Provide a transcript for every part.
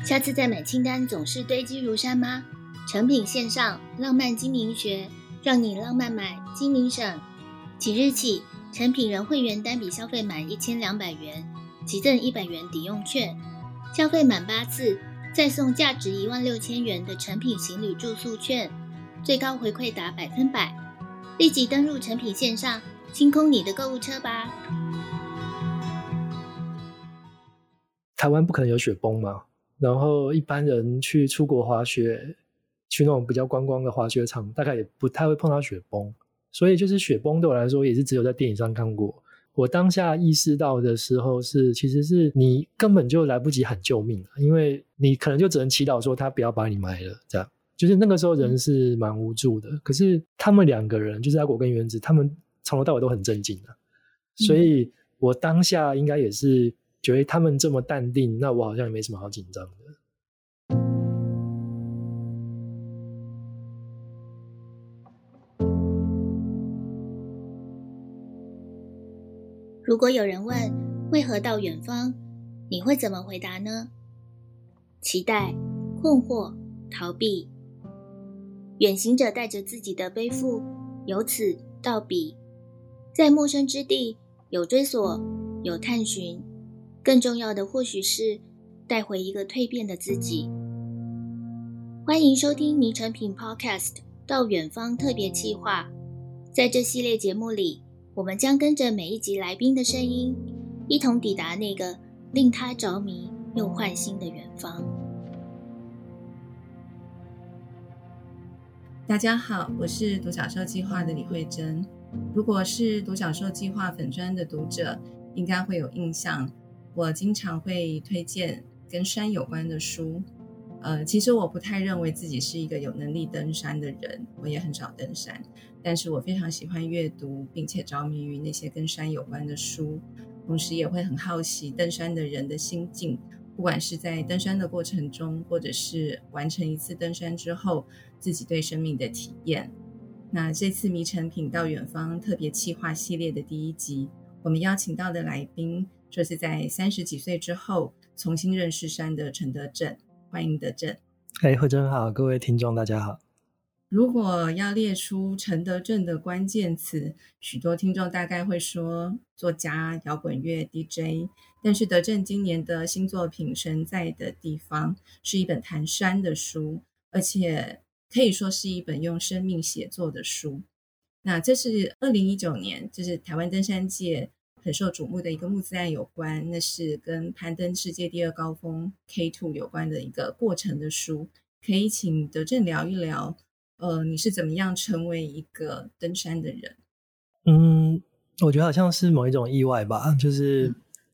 下次再买清单总是堆积如山吗？诚品线上浪漫精明学，让你浪漫买，精明省。即日起，诚品人会员单笔消费满1200元，即赠100元抵用券，消费满8次，再送价值16000元的诚品行旅住宿券，最高回馈达100%。立即登入诚品线上，清空你的购物车吧。 台湾不可能有雪崩嘛，然后一般人去出国滑雪，去那种比较观光的滑雪场，大概也不太会碰到雪崩，所以就是雪崩对我来说也是只有在电影上看过。我当下意识到的时候其实是你根本就来不及喊救命，因为你可能就只能祈祷说他不要把你埋了，这样。就是那个时候人是蛮无助的，可是他们两个人就是阿果跟原子，他们从头到尾都很镇静的，所以我当下应该也是觉得他们这么淡定，那我好像也没什么好紧张的。 如果有人问为何到远方，你会怎么回答呢？期待、困惑、逃避。远行者带着自己的背负，由此到彼，在陌生之地有追索，有探寻，更重要的或许是带回一个蜕变的自己。欢迎收听迷成品 Podcast 到远方特别企划。在这系列节目里，我们将跟着每一集来宾的声音，一同抵达那个令他着迷又焕新的远方。 大家好，我是独角兽计划的李慧珍。如果是独角兽计划粉专的读者，应该会有印象，我经常会推荐跟山有关的书。其实我不太认为自己是一个有能力登山的人，我也很少登山，但是我非常喜欢阅读，并且着迷于那些跟山有关的书，同时也会很好奇登山的人的心境，不管是在登山的过程中，或者是完成一次登山之后自己对生命的体验。那这次迷成品到远方特别企划系列的第1集，我们邀请到的来宾就是在30几岁之后重新认识山的陈德正。欢迎德正。 慧珍好，各位听众大家好。 如果要列出陈德正的关键词，许多听众大概会说作家、摇滚乐 DJ， 但是德正今年的新作品《神在的地方》是一本谈山的书，而且可以说是一本用生命写作的书。那这是2019年，就是台湾登山界很受瞩目的一个募资案有关，那是跟攀登世界第2高峰 K2 有关的一个过程的书。可以请德正聊一聊你是怎么样成为一个登山的人？ 我觉得好像是某一种意外吧，就是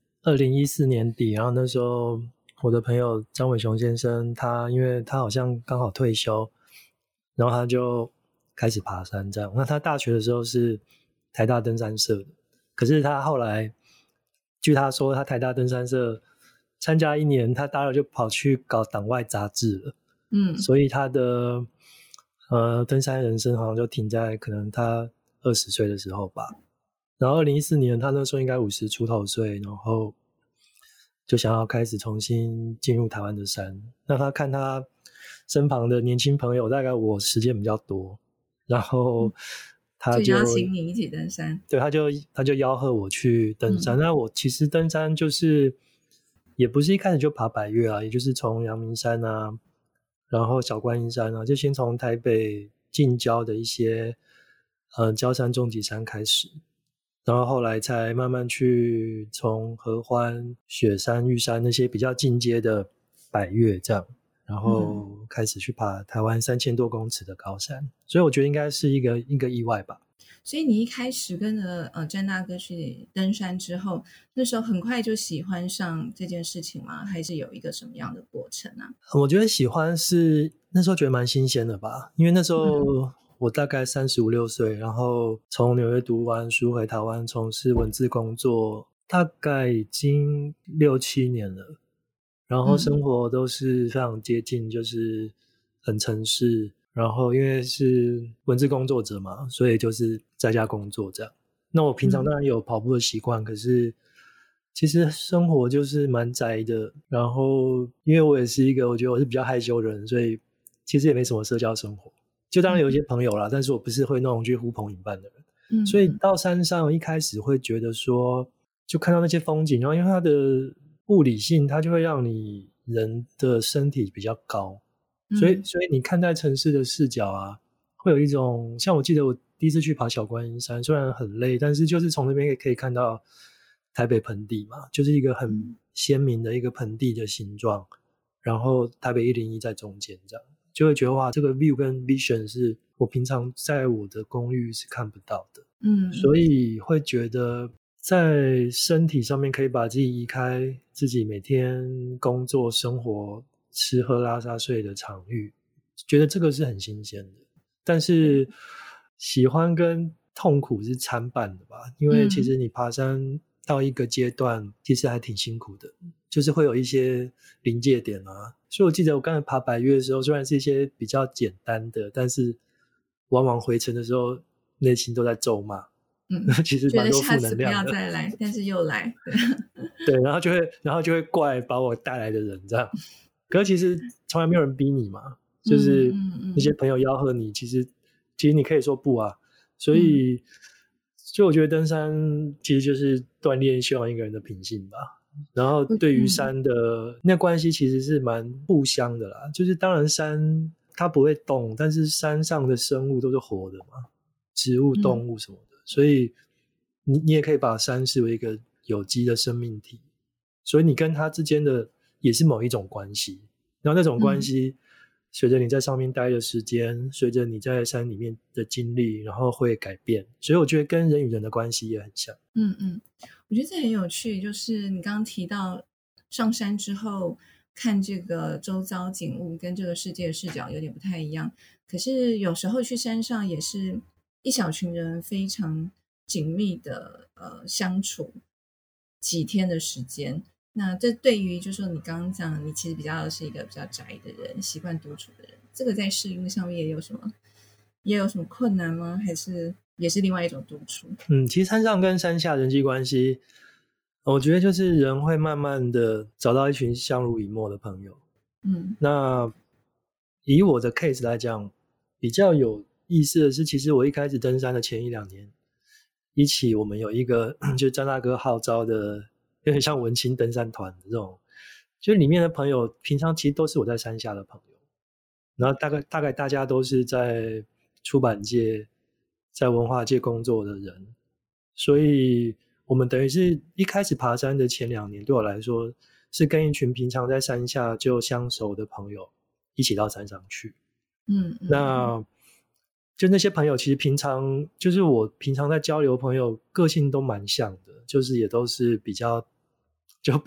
2014年底，然后那时候我的朋友张伟雄先生，因为他好像刚好退休，然后他就开始爬山这样。那他大学的时候是台大登山社的，可是他后来据他说，他台大登山社参加1年，他大二就跑去搞党外杂志了。所以他的登山人生好像就停在可能他20岁的时候吧。然后2014年他那时候应该50出头岁，然后就想要开始重新进入台湾的山。那他看他身旁的年轻朋友，大概我时间比较多，然后他就邀请你一起登山。 对，他就吆喝我去登山。那我其实登山就是也不是一开始就爬百岳啊，也就是从阳明山啊，然后小观音山啊，就先从台北近郊的一些郊山终极山开始，然后后来才慢慢去从合欢、雪山、玉山那些比较进阶的百岳这样，然后开始去爬台湾3000多公尺的高山。所以我觉得应该是一个意外吧。 所以你一开始跟着詹大哥去登山之后，那时候很快就喜欢上这件事情吗？还是有一个什么样的过程啊？ 我觉得喜欢是那时候觉得蛮新鲜的吧，因为那时候我大概35、6岁，然后从纽约读完书回台湾从事文字工作，大概已经6、7年了，然后生活都是非常接近，就是很城市，然后因为是文字工作者嘛，所以就是在家工作这样。那我平常当然有跑步的习惯，可是其实生活就是蛮宅的，然后因为我也是一个我觉得我是比较害羞的人，所以其实也没什么社交生活，就当然有一些朋友啦，但是我不是会那种去呼朋引伴的人。所以到山上一开始会觉得说，就看到那些风景，然后因为它的物理性，它就会让你人的身体比较高，所以你看待城市的视角啊，会有一种像我记得我第一次去爬小观音山，虽然很累，但是就是从那边可以看到台北盆地嘛，就是一个很鲜明的一个盆地的形状，然后台北101在中间，这样就会觉得哇，这个 view 跟 vision 是我平常在我的公寓是看不到的。所以会觉得在身体上面可以把自己移开自己每天工作生活吃喝拉撒睡的场域，觉得这个是很新鲜的。但是喜欢跟痛苦是参半的吧，因为其实你爬山到一个阶段其实还挺辛苦的，就是会有一些临界点啊。所以我记得我刚才爬百岳的时候，虽然是一些比较简单的，但是往往回程的时候内心都在咒骂，其实蛮多负能量的，觉得下次不要再来，但是又来， 对，然后就会怪把我带来的人这样。可是其实从来没有人逼你嘛，就是那些朋友吆喝你，其实你可以说不啊。所以我觉得登山其实就是锻炼希望一个人的品性吧。然后对于山的那关系其实是蛮互相的啦，就是当然山它不会动，但是山上的生物都是活的嘛，植物动物什么的，所以你也可以把山视为一个有机的生命体，所以你跟它之间的也是某一种关系，然后那种关系随着你在上面待的时间，随着你在山里面的经历，然后会改变，所以我觉得跟人与人的关系也很像。 我觉得这很有趣，就是你刚刚提到上山之后看这个周遭景物跟这个世界的视角有点不太一样，可是有时候去山上也是一小群人非常紧密的相处几天的时间。那这对于就是说你刚刚讲你其实比较是一个比较宅的人，习惯独处的人，这个在适应上面也有什么困难吗？还是也是另外一种独处？ 其实山上跟山下人际关系，我觉得就是人会慢慢的找到一群相濡以沫的朋友。那以我的 case 来讲，比较有意思的是，其实我一开始登山的前1-2年，我们有一个就是张大哥号召的有点像文青登山团的这种，就是里面的朋友平常其实都是我在山下的朋友，然后大概大家都是在出版界在文化界工作的人，所以我们等于是一开始爬山的前2年对我来说是跟一群平常在山下就相熟的朋友一起到山上去。那就那些朋友其实平常就是我平常在交流朋友个性都蛮像的，就是也都是比较就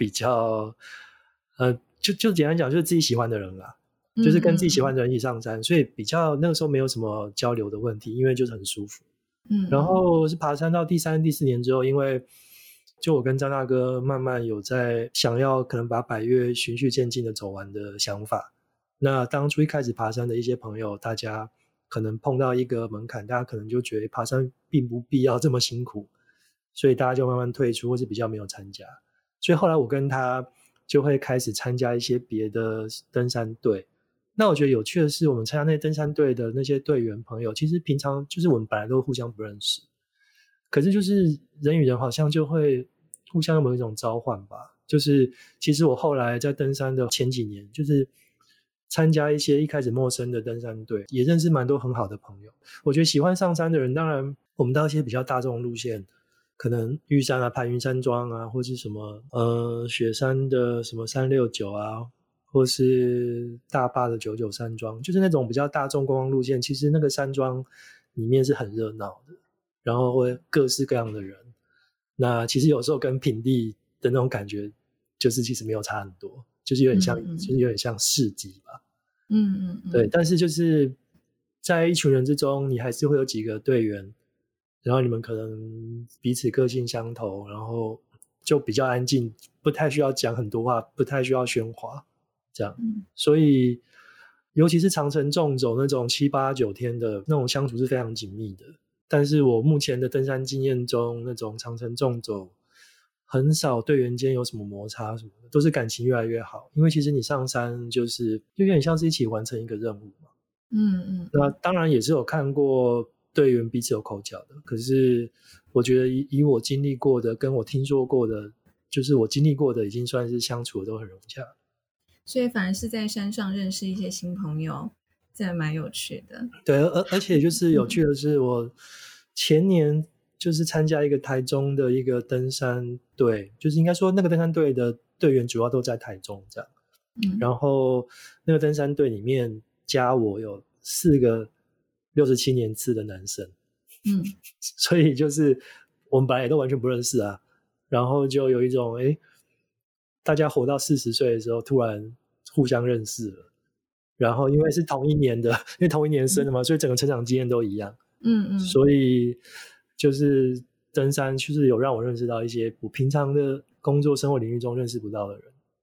简单讲就是自己喜欢的人啦，就是跟自己喜欢的人一起上山，所以比较那个时候没有什么交流的问题，因为就是很舒服。然后是爬山到第3、第4年之后，因为就我跟张大哥慢慢有在想要可能把百岳循序渐进的走完的想法。那当初一开始爬山的一些朋友，大家可能碰到一个门槛，大家可能就觉得爬山并不必要这么辛苦，所以大家就慢慢退出或是比较没有参加。所以后来我跟他就会开始参加一些别的登山队。那我觉得有趣的是，我们参加那些登山队的那些队员朋友，其实平常就是我们本来都互相不认识，可是就是人与人好像就会互相有某一种召唤吧。就是其实我后来在登山的前几年，就是参加一些一开始陌生的登山队，也认识蛮多很好的朋友。我觉得喜欢上山的人，当然我们到一些比较大众的路线，可能玉山啊、盘云山庄啊，或是什么雪山的什么369啊，或是大坝的99山庄，就是那种比较大众观光路线，其实那个山庄里面是很热闹的，然后会各式各样的人。那其实有时候跟平地的那种感觉，就是其实没有差很多，就是有点像，就是有点像市集吧。对，但是就是在一群人之中，你还是会有几个队员，然后你们可能彼此个性相投，然后就比较安静，不太需要讲很多话，不太需要喧哗这样。所以尤其是长程纵走那种7、8、9天的那种相处是非常紧密的。但是我目前的登山经验中，那种长程纵走很少队员间有什么摩擦什么的，都是感情越来越好。因为其实你上山就有点像是一起完成一个任务嘛。那当然也是有看过队员彼此有口角的，可是我觉得以我经历过的跟我听说过的，就是我经历过的已经算是相处的都很融洽。 所以反而是在山上认识一些新朋友，这还蛮有趣的。 对，而且就是有趣的是，我前年就是参加一个台中的一个登山队，就是应该说那个登山队的队员主要都在台中这样。然后那个登山队里面加我有4个67年次的男生。所以就是我们本来也都完全不认识啊，然后就有一种大家活到40岁的时候突然互相认识了，然后因为是同一年的，因为同一年生的嘛，所以整个成长经验都一样。所以就是登山就是有让我认识到一些我平常的工作生活领域中认识不到的人。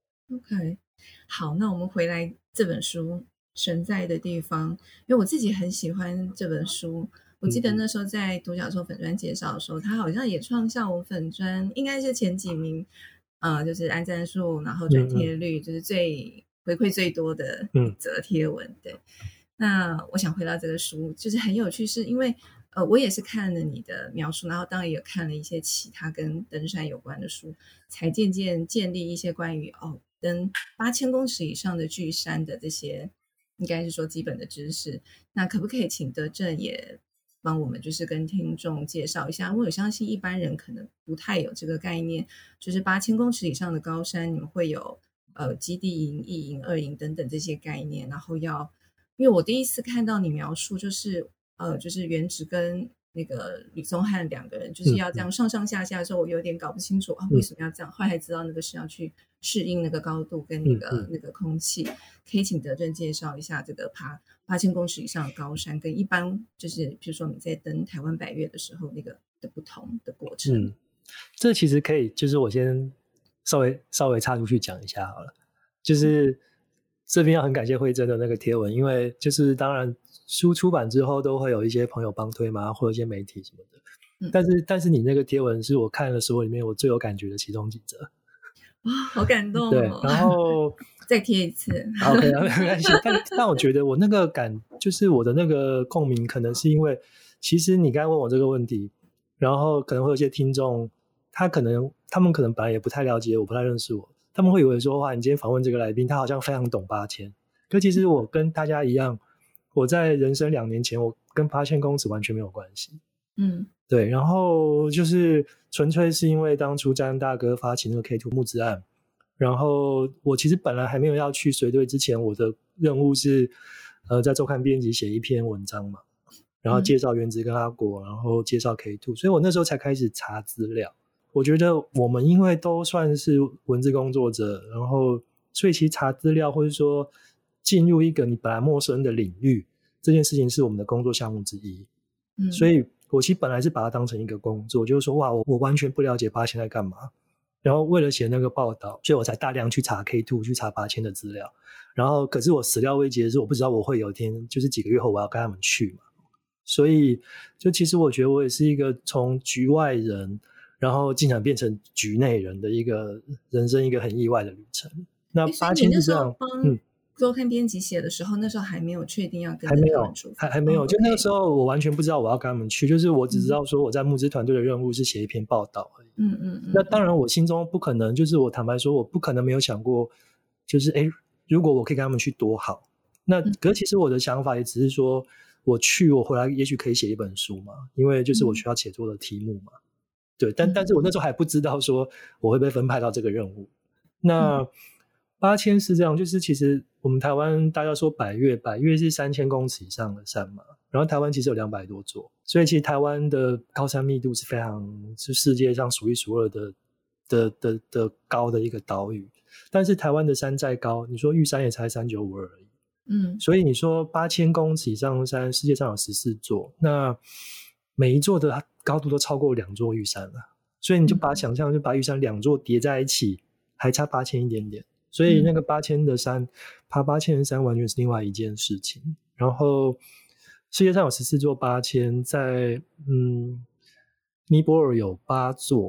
OK， 好，那我们回来这本书《神在的地方》，因为我自己很喜欢这本书。我记得那时候在独角兽粉专介绍的时候，他好像也创下我粉专应该是前几名，就是按赞数，然后转贴率，就是回馈最多的一则贴文。对，那我想回到这个书，就是很有趣，是因为我也是看了你的描述，然后当然也看了一些其他跟登山有关的书，才渐渐建立一些关于登8000公尺以上的巨山的这些应该是说基本的知识。那可不可以请德正也帮我们就是跟听众介绍一下，因为我相信一般人可能不太有这个概念，就是8000公尺以上的高山你们会有基地营、一营、二营等等这些概念，然后因为我第一次看到你描述就是原直跟那个吕宗翰2个人就是要这样上上下下的时候，我有点搞不清楚为什么要这样，后来才知道那个是要去适应那个高度跟那个空气。可以请德正介绍一下这个爬8000公尺以上的高山跟一般就是比如说你在登台湾百岳的时候那个的不同的过程。 这其实可以就是我先稍微插出去讲一下好了，就是这边要很感谢慧珍的那个贴文，因为就是当然书出版之后都会有一些朋友帮推嘛，或者一些媒体什么的，但是你那个贴文是我看了所有里面我最有感觉的其中几则。 哇，好感动对，然后再贴一次。 OK， 没关系。但我觉得我那个就是我的那个共鸣，可能是因为其实你刚才问我这个问题，然后可能会有些听众，他们可能本来也不太了解我，不太认识我，他们会以为说哇，你今天访问这个来宾，他好像非常懂8000。可其实我跟大家一样，我在人生2年前，我跟8000公尺完全没有关系。对，然后就是纯粹是因为当初詹大哥发起那个 K2 募资案，然后我其实本来还没有要去随队之前，我的任务是在周刊编辑写一篇文章嘛，然后介绍原子跟阿国，然后介绍 K2， 所以我那时候才开始查资料。我觉得我们因为都算是文字工作者，然后所以其实查资料或者说进入一个你本来陌生的领域，这件事情是我们的工作项目之一。所以我其实本来是把它当成一个工作，就是说哇，我完全不了解8000在干嘛，然后为了写那个报道，所以我才大量去查 K2 去查8000的资料，然后可是我始料未及的是我不知道我会有一天就是几个月后我要跟他们去嘛，所以就其实我觉得我也是一个从局外人然后竟然变成局内人的一个人生一个很意外的旅程。那8000是这样。 周刊编辑写的时候，那时候还没有确定要跟他们出发， 还没有，就那个时候我完全不知道我要跟他们去，就是我只知道说我在募资团队的任务是写一篇报道而已。那当然我心中不可能，就是我坦白说我不可能没有想过，就是如果我可以跟他们去多好。那可是其实我的想法也只是说我回来也许可以写一本书嘛，因为就是我需要写作的题目嘛。对，但是我那时候还不知道说我会被分派到这个任务。那8000是这样，就是其实我们台湾大家说百岳是3000公尺以上的山嘛，然后台湾其实有200多座，所以其实台湾的高山密度是非常是世界上数一数二的高的一个岛屿。但是台湾的山再高，你说玉山也才3952而已。所以你说8000公尺以上的山，世界上有14座，那每一座的高度都超过2座玉山了，所以你就把想象就把玉山2座叠在一起，还差8000一点点。所以那个8000的山，爬8000的山完全是另外一件事情。然后世界上有14座8000，在尼泊尔有8座，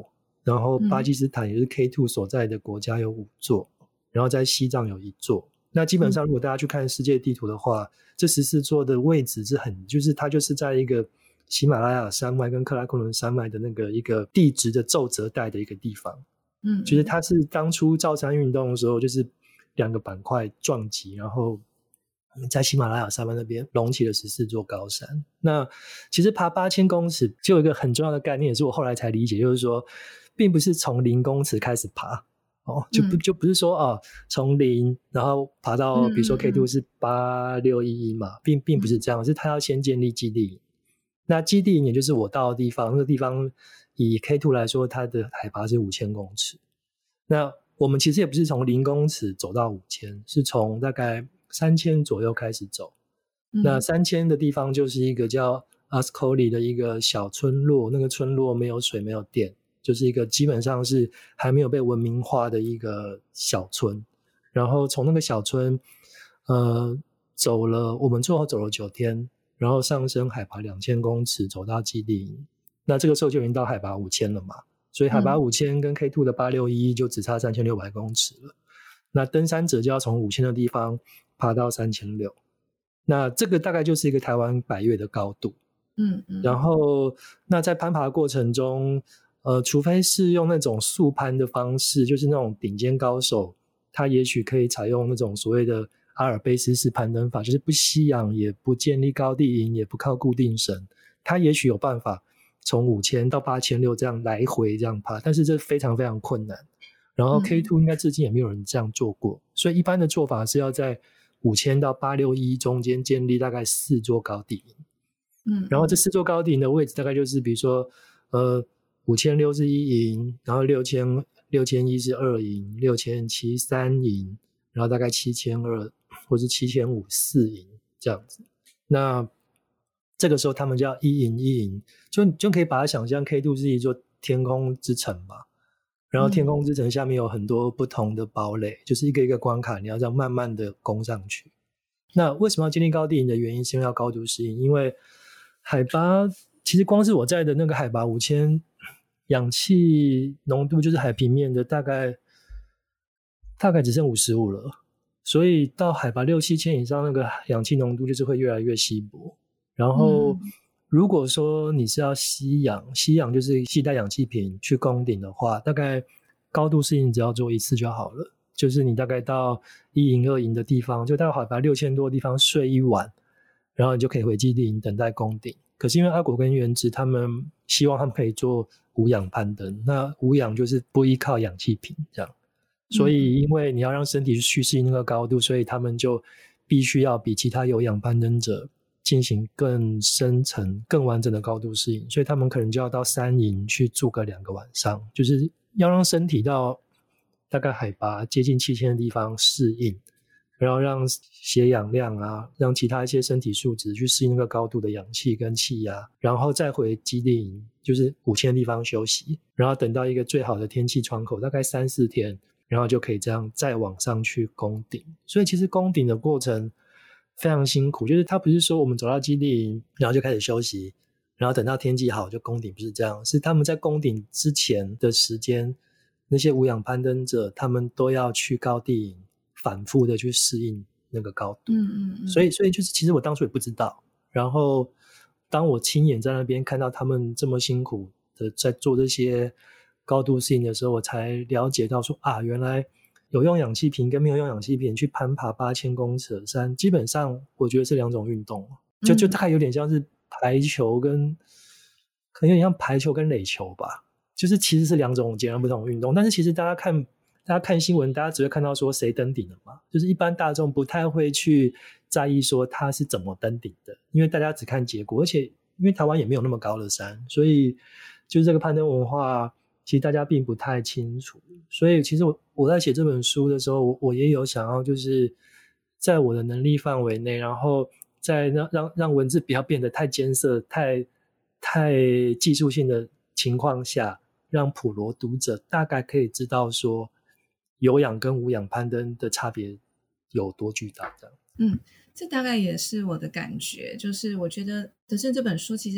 然后巴基斯坦也是 K2 所在的国家有5座，然后在西藏有1座。那基本上如果大家去看世界地图的话，这14座的位置是就是它就是在一个喜马拉雅山脉跟克拉克伦山脉的那个一个地质的皱褶带的一个地方。就是它是当初造山运动的时候，就是2个板块撞击，然后在喜马拉雅山脉那边隆起了14座高山。那其实爬8000公尺就有一个很重要的概念，也是我后来才理解，就是说并不是从0公尺开始爬就不是说从0然后爬到比如说 K2 是8611嘛，并不是这样，是它要先建立基地营。那基地营也就是我到的地方，那个地方以 K2 来说，它的海拔是5000公尺。那我们其实也不是从0公尺走到5000，是从大概3000左右开始走。那3000的地方就是一个叫 Ascoli 的一个小村落，那个村落没有水没有电，就是一个基本上是还没有被文明化的一个小村。然后从那个小村我们最后走了9天，然后上升海拔2000公尺走到基地营。那这个时候就已经到海拔5000了嘛，所以海拔5000跟 K2 的8611就只差3600公尺了。那登山者就要从5000的地方爬到3600，那这个大概就是一个台湾百岳的高度。然后那在攀爬的过程中除非是用那种速攀的方式，就是那种顶尖高手他也许可以采用那种所谓的阿尔卑斯式攀登法，就是不吸氧也不建立高地营也不靠固定绳，他也许有办法从5000到8600这样来回这样爬，但是这非常非常困难。然后 K2 应该至今也没有人这样做过，所以一般的做法是要在5000到8611中间建立大概4座高地营。然后这4座高地营的位置大概就是比如说5006是1营，然后6001是2营，6007 3营，然后大概7200或是7500 4营这样子。那这个时候他们叫1营，就可以把它想象 K2 是一座天空之城吧。然后天空之城下面有很多不同的堡垒，就是一个一个关卡，你要这样慢慢的攻上去。那为什么要建立高地营的原因是因为要高度适应，因为海拔其实光是我在的那个海拔5000，氧气浓度就是海平面的大概只剩55了，所以到海拔6、7千以上，那个氧气浓度就是会越来越稀薄。然后如果说你是要吸氧就是携带氧气瓶去攻顶的话，大概高度适应只要做1次就好了，就是你大概到1营2营的地方，就到海拔6000多的地方睡一晚，然后你就可以回基地营等待攻顶。可是因为阿果跟原子他们希望他们可以做无氧攀登，那无氧就是不依靠氧气瓶这样，所以因为你要让身体去适应那个高度，所以他们就必须要比其他有氧攀登者进行更深层更完整的高度适应，所以他们可能就要到3营去住个2个晚上，就是要让身体到大概海拔接近7000的地方适应，然后让血氧量让其他一些身体素质去适应那个高度的氧气跟气压，然后再回基地营就是5000的地方休息，然后等到一个最好的天气窗口大概3、4天，然后就可以这样再往上去攻顶。所以其实攻顶的过程非常辛苦，就是它不是说我们走到基地营然后就开始休息，然后等到天气好就攻顶，不是这样，是他们在攻顶之前的时间，那些无氧攀登者他们都要去高地营反复的去适应那个高度。所以就是其实我当初也不知道，然后当我亲眼在那边看到他们这么辛苦的在做这些高度适应的时候，我才了解到说原来有用氧气瓶跟没有用氧气瓶去攀爬8000公尺的山，基本上我觉得是2种运动，就大概有点像是排球跟可能有点像排球跟垒球吧，就是其实是2种截然不同的运动。但是其实大家看新闻，大家只会看到说谁登顶了嘛，就是一般大众不太会去在意说他是怎么登顶的，因为大家只看结果，而且因为台湾也没有那么高的山，所以就是这个攀登文化其实大家并不太清楚。所以其实我在写这本书的时候，我也有想要就是在我的能力范围内，然后在让文字不要变得太艰涩太技术性的情况下，让普罗读者大概可以知道说有氧跟无氧攀登的差别有多巨大这样。 这大概也是我的感觉，就是我觉得德正这本书其实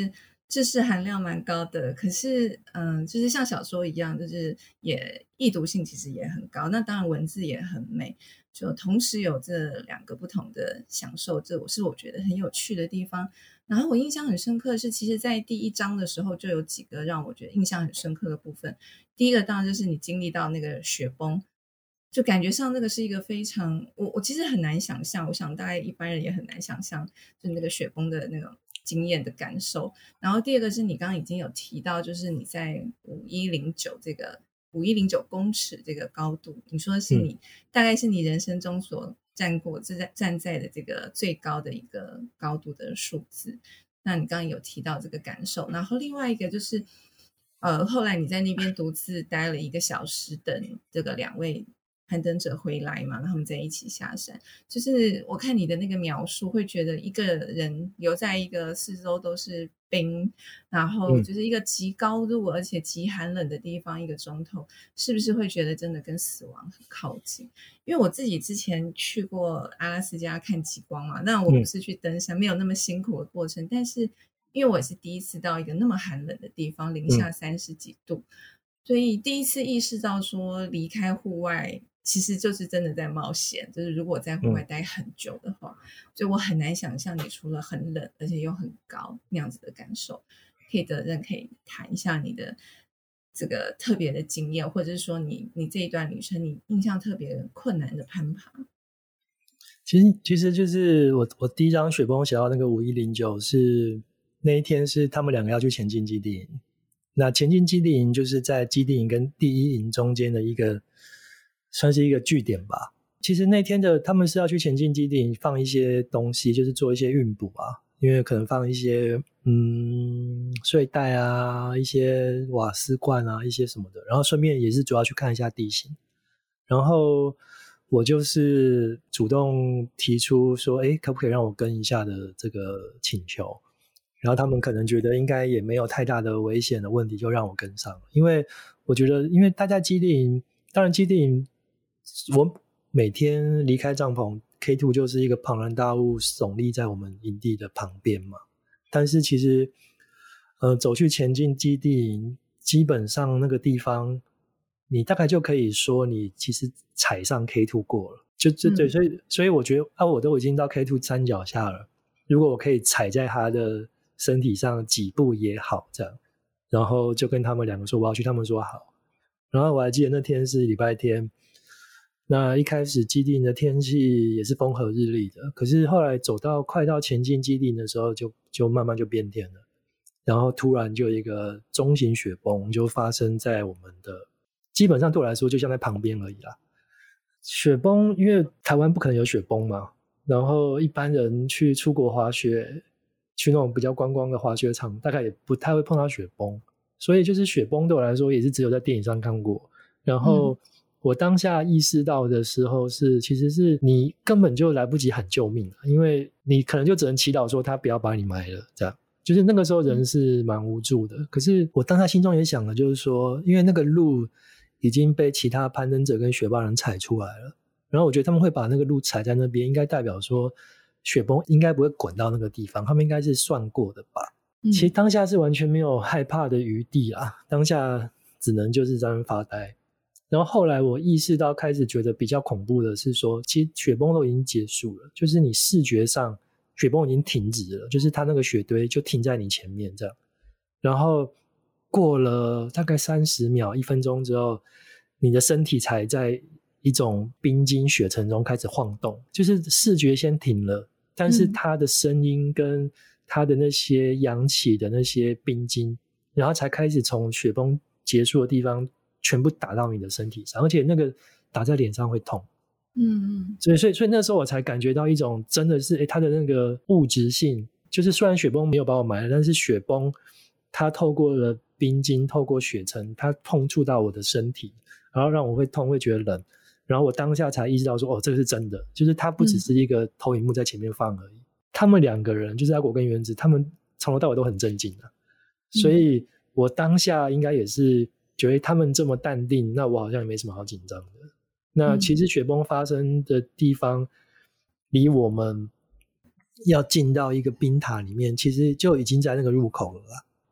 知识含量蛮高的，可是就是像小说一样，就是也易读性其实也很高，那当然文字也很美，就同时有这两个不同的享受，这我觉得很有趣的地方。然后我印象很深刻的是，其实在第一章的时候就有几个让我觉得印象很深刻的部分。第一个当然就是你经历到那个雪崩，就感觉上那个是一个非常我其实很难想象，我想大概一般人也很难想象，就那个雪崩的那种经验的感受。然后第二个是你刚刚已经有提到，就是你在5109公尺这个高度，你说是你大概是你人生中所站在的这个最高的一个高度的数字。那你刚刚有提到这个感受，然后另外一个就是后来你在那边独自待了1个小时，等这个2位攀登者回来嘛，然后他们在一起下山。就是我看你的那个描述，会觉得一个人留在一个四周都是冰，然后就是一个极高度而且极寒冷的地方1个钟头，是不是会觉得真的跟死亡很靠近？因为我自己之前去过阿拉斯加看极光嘛，那我不是去登山，没有那么辛苦的过程，但是因为我也是第一次到一个那么寒冷的地方，零下30几度，所以第一次意识到说离开户外其实就是真的在冒险，就是如果在户外待很久的话，所以我很难想象你除了很冷而且又很高那样子的感受。可以谈一下你的这个特别的经验，或者是说你这一段旅程你印象特别困难的攀爬。 其实就是我第一张雪崩写到那个5109是那一天是他们2个要去前进基地营，那前进基地营就是在基地营跟第一营中间的一个算是一个据点吧。其实那天他们是要去前进基地营放一些东西，就是做一些运补啊，因为可能放一些睡袋啊，一些瓦斯罐啊，一些什么的，然后顺便也是主要去看一下地形。然后我就是主动提出说可不可以让我跟一下的这个请求，然后他们可能觉得应该也没有太大的危险的问题，就让我跟上了。因为我觉得因为大家基地营，当然基地营我每天离开帐篷 K2 就是一个庞然大物耸立在我们营地的旁边嘛，但是其实走去前进基地营，基本上那个地方你大概就可以说你其实踩上 K2 过了，对，所以我觉得我都已经到 K2 山脚下了，如果我可以踩在他的身体上几步也好这样，然后就跟他们2个说我要去，他们说好。然后我还记得那天是礼拜天，那一开始基地营的天气也是风和日丽的，可是后来快到前进基地营的时候就慢慢就变天了，然后突然就一个中型雪崩就发生在我们的，基本上对我来说就像在旁边而已啦。雪崩因为台湾不可能有雪崩嘛，然后一般人去出国滑雪，去那种比较观光的滑雪场大概也不太会碰到雪崩，所以就是雪崩对我来说也是只有在电影上看过。然后我当下意识到的时候其实是你根本就来不及喊救命，因为你可能就只能祈祷说他不要把你埋了，这样就是那个时候人是蛮无助的。可是我当下心中也想了，就是说因为那个路已经被其他攀登者跟雪霸人踩出来了，然后我觉得他们会把那个路踩在那边，应该代表说雪崩应该不会滚到那个地方，他们应该是算过的吧。其实当下是完全没有害怕的余地啊，当下只能就是在那边发呆。然后后来我意识到开始觉得比较恐怖的是说，其实雪崩都已经结束了，就是你视觉上雪崩已经停止了，就是它那个雪堆就停在你前面这样，然后过了大概30秒1分钟之后，你的身体才在一种冰晶雪层中开始晃动，就是视觉先停了，但是它的声音跟它的那些扬起的那些冰晶，然后才开始从雪崩结束的地方全部打到你的身体上，而且那个打在脸上会痛。所以那时候我才感觉到一种真的是它的那个物质性，就是虽然雪崩没有把我埋了，但是雪崩它透过了冰晶，透过雪层，它碰触到我的身体，然后让我会痛，会觉得冷，然后我当下才意识到说这个是真的，就是它不只是一个投影幕在前面放而已。他们2个人就是阿果跟原子，他们从头到尾都很镇静的，所以我当下应该也是觉得他们这么淡定，那我好像也没什么好紧张的。那其实雪崩发生的地方离我们要进到一个冰塔里面其实就已经在那个入口了啦，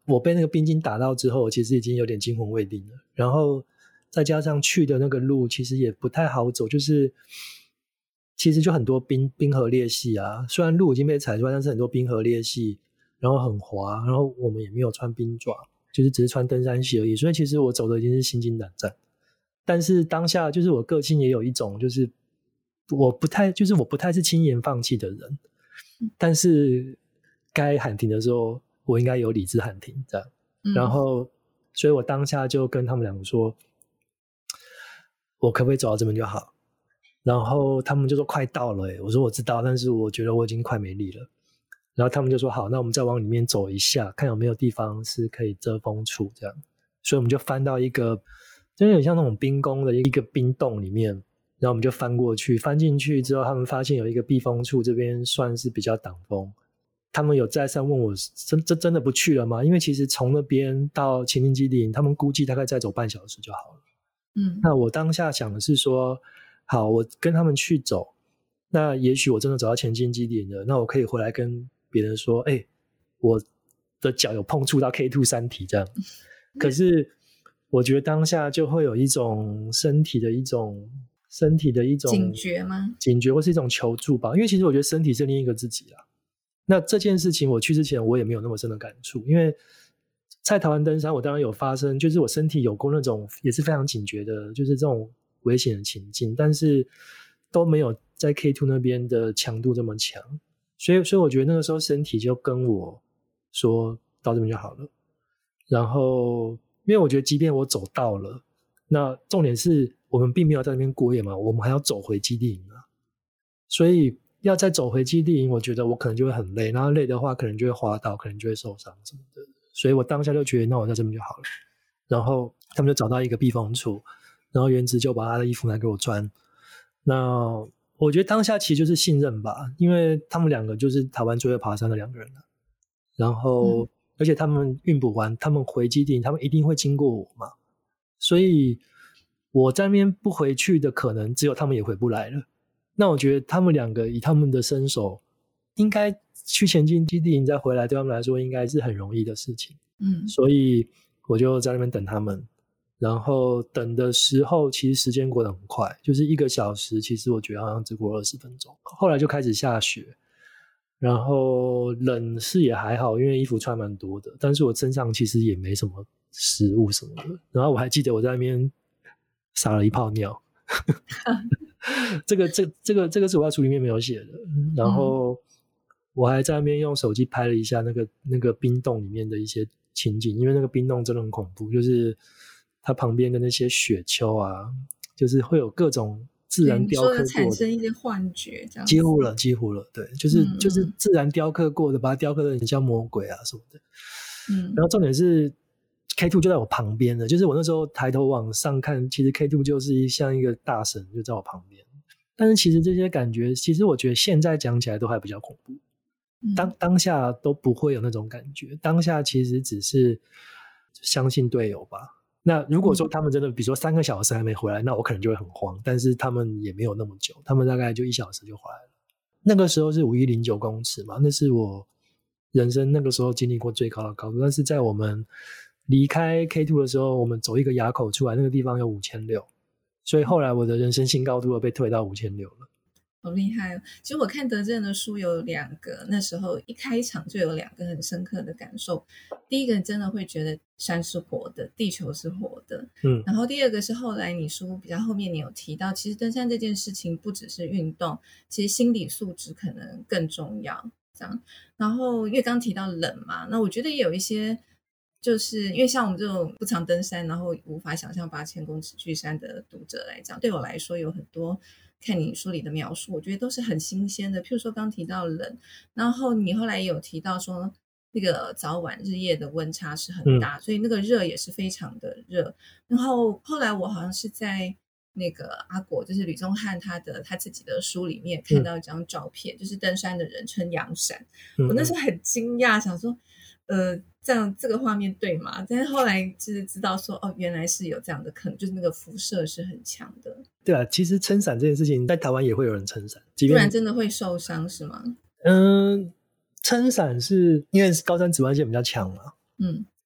我被那个冰晶打到之后，其实已经有点惊魂未定了。然后再加上去的那个路其实也不太好走，就是其实就很多冰河裂隙啊。虽然路已经被踩出来，但是很多冰河裂隙，然后很滑，然后我们也没有穿冰爪，就是只是穿登山鞋而已。所以其实我走的已经是心惊胆战。但是当下就是我个性也有一种就是我不太是轻言放弃的人，但是该喊停的时候我应该有理智喊停这样。然后所以我当下就跟他们两个说，我可不可以走到这边就好。然后他们就说快到了我说我知道，但是我觉得我已经快没力了。然后他们就说好，那我们再往里面走一下，看有没有地方是可以遮风处这样。所以我们就翻到一个真的很像那种冰宫的一个冰洞里面，然后我们就翻过去，翻进去之后他们发现有一个避风处，这边算是比较挡风。他们有再三问我真的不去了吗？因为其实从那边到前进基地营他们估计大概再走半小时就好了。那我当下想的是说好，我跟他们去走，那也许我真的走到前进基地营了，那我可以回来跟别人说我的脚有碰触到 K2 山体这样。可是我觉得当下就会有一种身体的一种警觉吗？ 警觉或是一种求助吧。因为其实我觉得身体是另一个自己啦。那这件事情我去之前我也没有那么深的感触，因为在台湾登山我当然有发生，就是我身体有过那种也是非常警觉的，就是这种危险的情境，但是都没有在 K2 那边的强度这么强。所以我觉得那个时候身体就跟我说到这边就好了。然后因为我觉得即便我走到了，那重点是我们并没有在那边过夜嘛，我们还要走回基地营啊。所以要再走回基地营，我觉得我可能就会很累，然后累的话可能就会滑倒，可能就会受伤什么的。所以我当下就觉得那我在这边就好了。然后他们就找到一个避风处，然后原子就把他的衣服拿给我穿。那我觉得当下其实就是信任吧，因为他们两个就是台湾最会爬山的两个人了。然后而且他们运补完他们回基地他们一定会经过我嘛，所以我在那边不回去的可能只有他们也回不来了。那我觉得他们两个以他们的身手应该去前进基地营再回来对他们来说应该是很容易的事情。所以我就在那边等他们。然后等的时候其实时间过得很快，就是1个小时其实我觉得好像只过20分钟。后来就开始下雪，然后冷是也还好，因为衣服穿蛮多的，但是我身上其实也没什么食物什么的。然后我还记得我在那边撒了一泡尿这个是我在书里面没有写的。然后我还在那边用手机拍了一下那个冰洞里面的一些情景，因为那个冰洞真的很恐怖，就是它旁边的那些雪丘啊，就是会有各种自然雕刻过的， 你说产生一些幻觉这样子。 几乎了，对，就是自然雕刻过的，把它雕刻得很像魔鬼啊什么的。然后重点是 K2 就在我旁边的，就是我那时候抬头往上看，其实 K2 就是像一个大神就在我旁边。但是其实这些感觉，其实我觉得现在讲起来都还比较恐怖，当下都不会有那种感觉，当下其实只是相信队友吧。那如果说他们真的比如说3个小时还没回来，那我可能就会很慌，但是他们也没有那么久，他们大概就1小时就回来了。那个时候是5109公尺嘛，那是我人生那个时候经历过最高的高度。但是在我们离开 K2 的时候，我们走一个垭口出来，那个地方有5600，所以后来我的人生新高度被推到5600了。 好厉害哦！其实我看德正的书有2个，那时候一开场就有2个很深刻的感受。第一个真的会觉得山是活的，地球是活的。然后第二个是后来你书比较后面你有提到，其实登山这件事情不只是运动，其实心理素质可能更重要。这样，然后因为刚提到冷嘛，那我觉得也有一些。就是因为像我们这种不常登山，然后无法想象8000公尺巨山的读者来讲，对我来说有很多看你书里的描述，我觉得都是很新鲜的。譬如说刚提到冷，然后你后来也有提到说那个早晚日夜的温差是很大，所以那个热也是非常的热。然后后来我好像是在那个阿果，就是吕宗翰他自己的书里面看到一张照片，就是登山的人撑阳伞。我那时候很惊讶，想说这样这个画面对吗？但是后来就是知道说原来是有这样的可能，就是那个辐射是很强的。 对啊，其实撑伞这件事情在台湾也会有人撑伞， 不然真的会受伤是吗？ 撑伞是因为高山紫外线比较强嘛，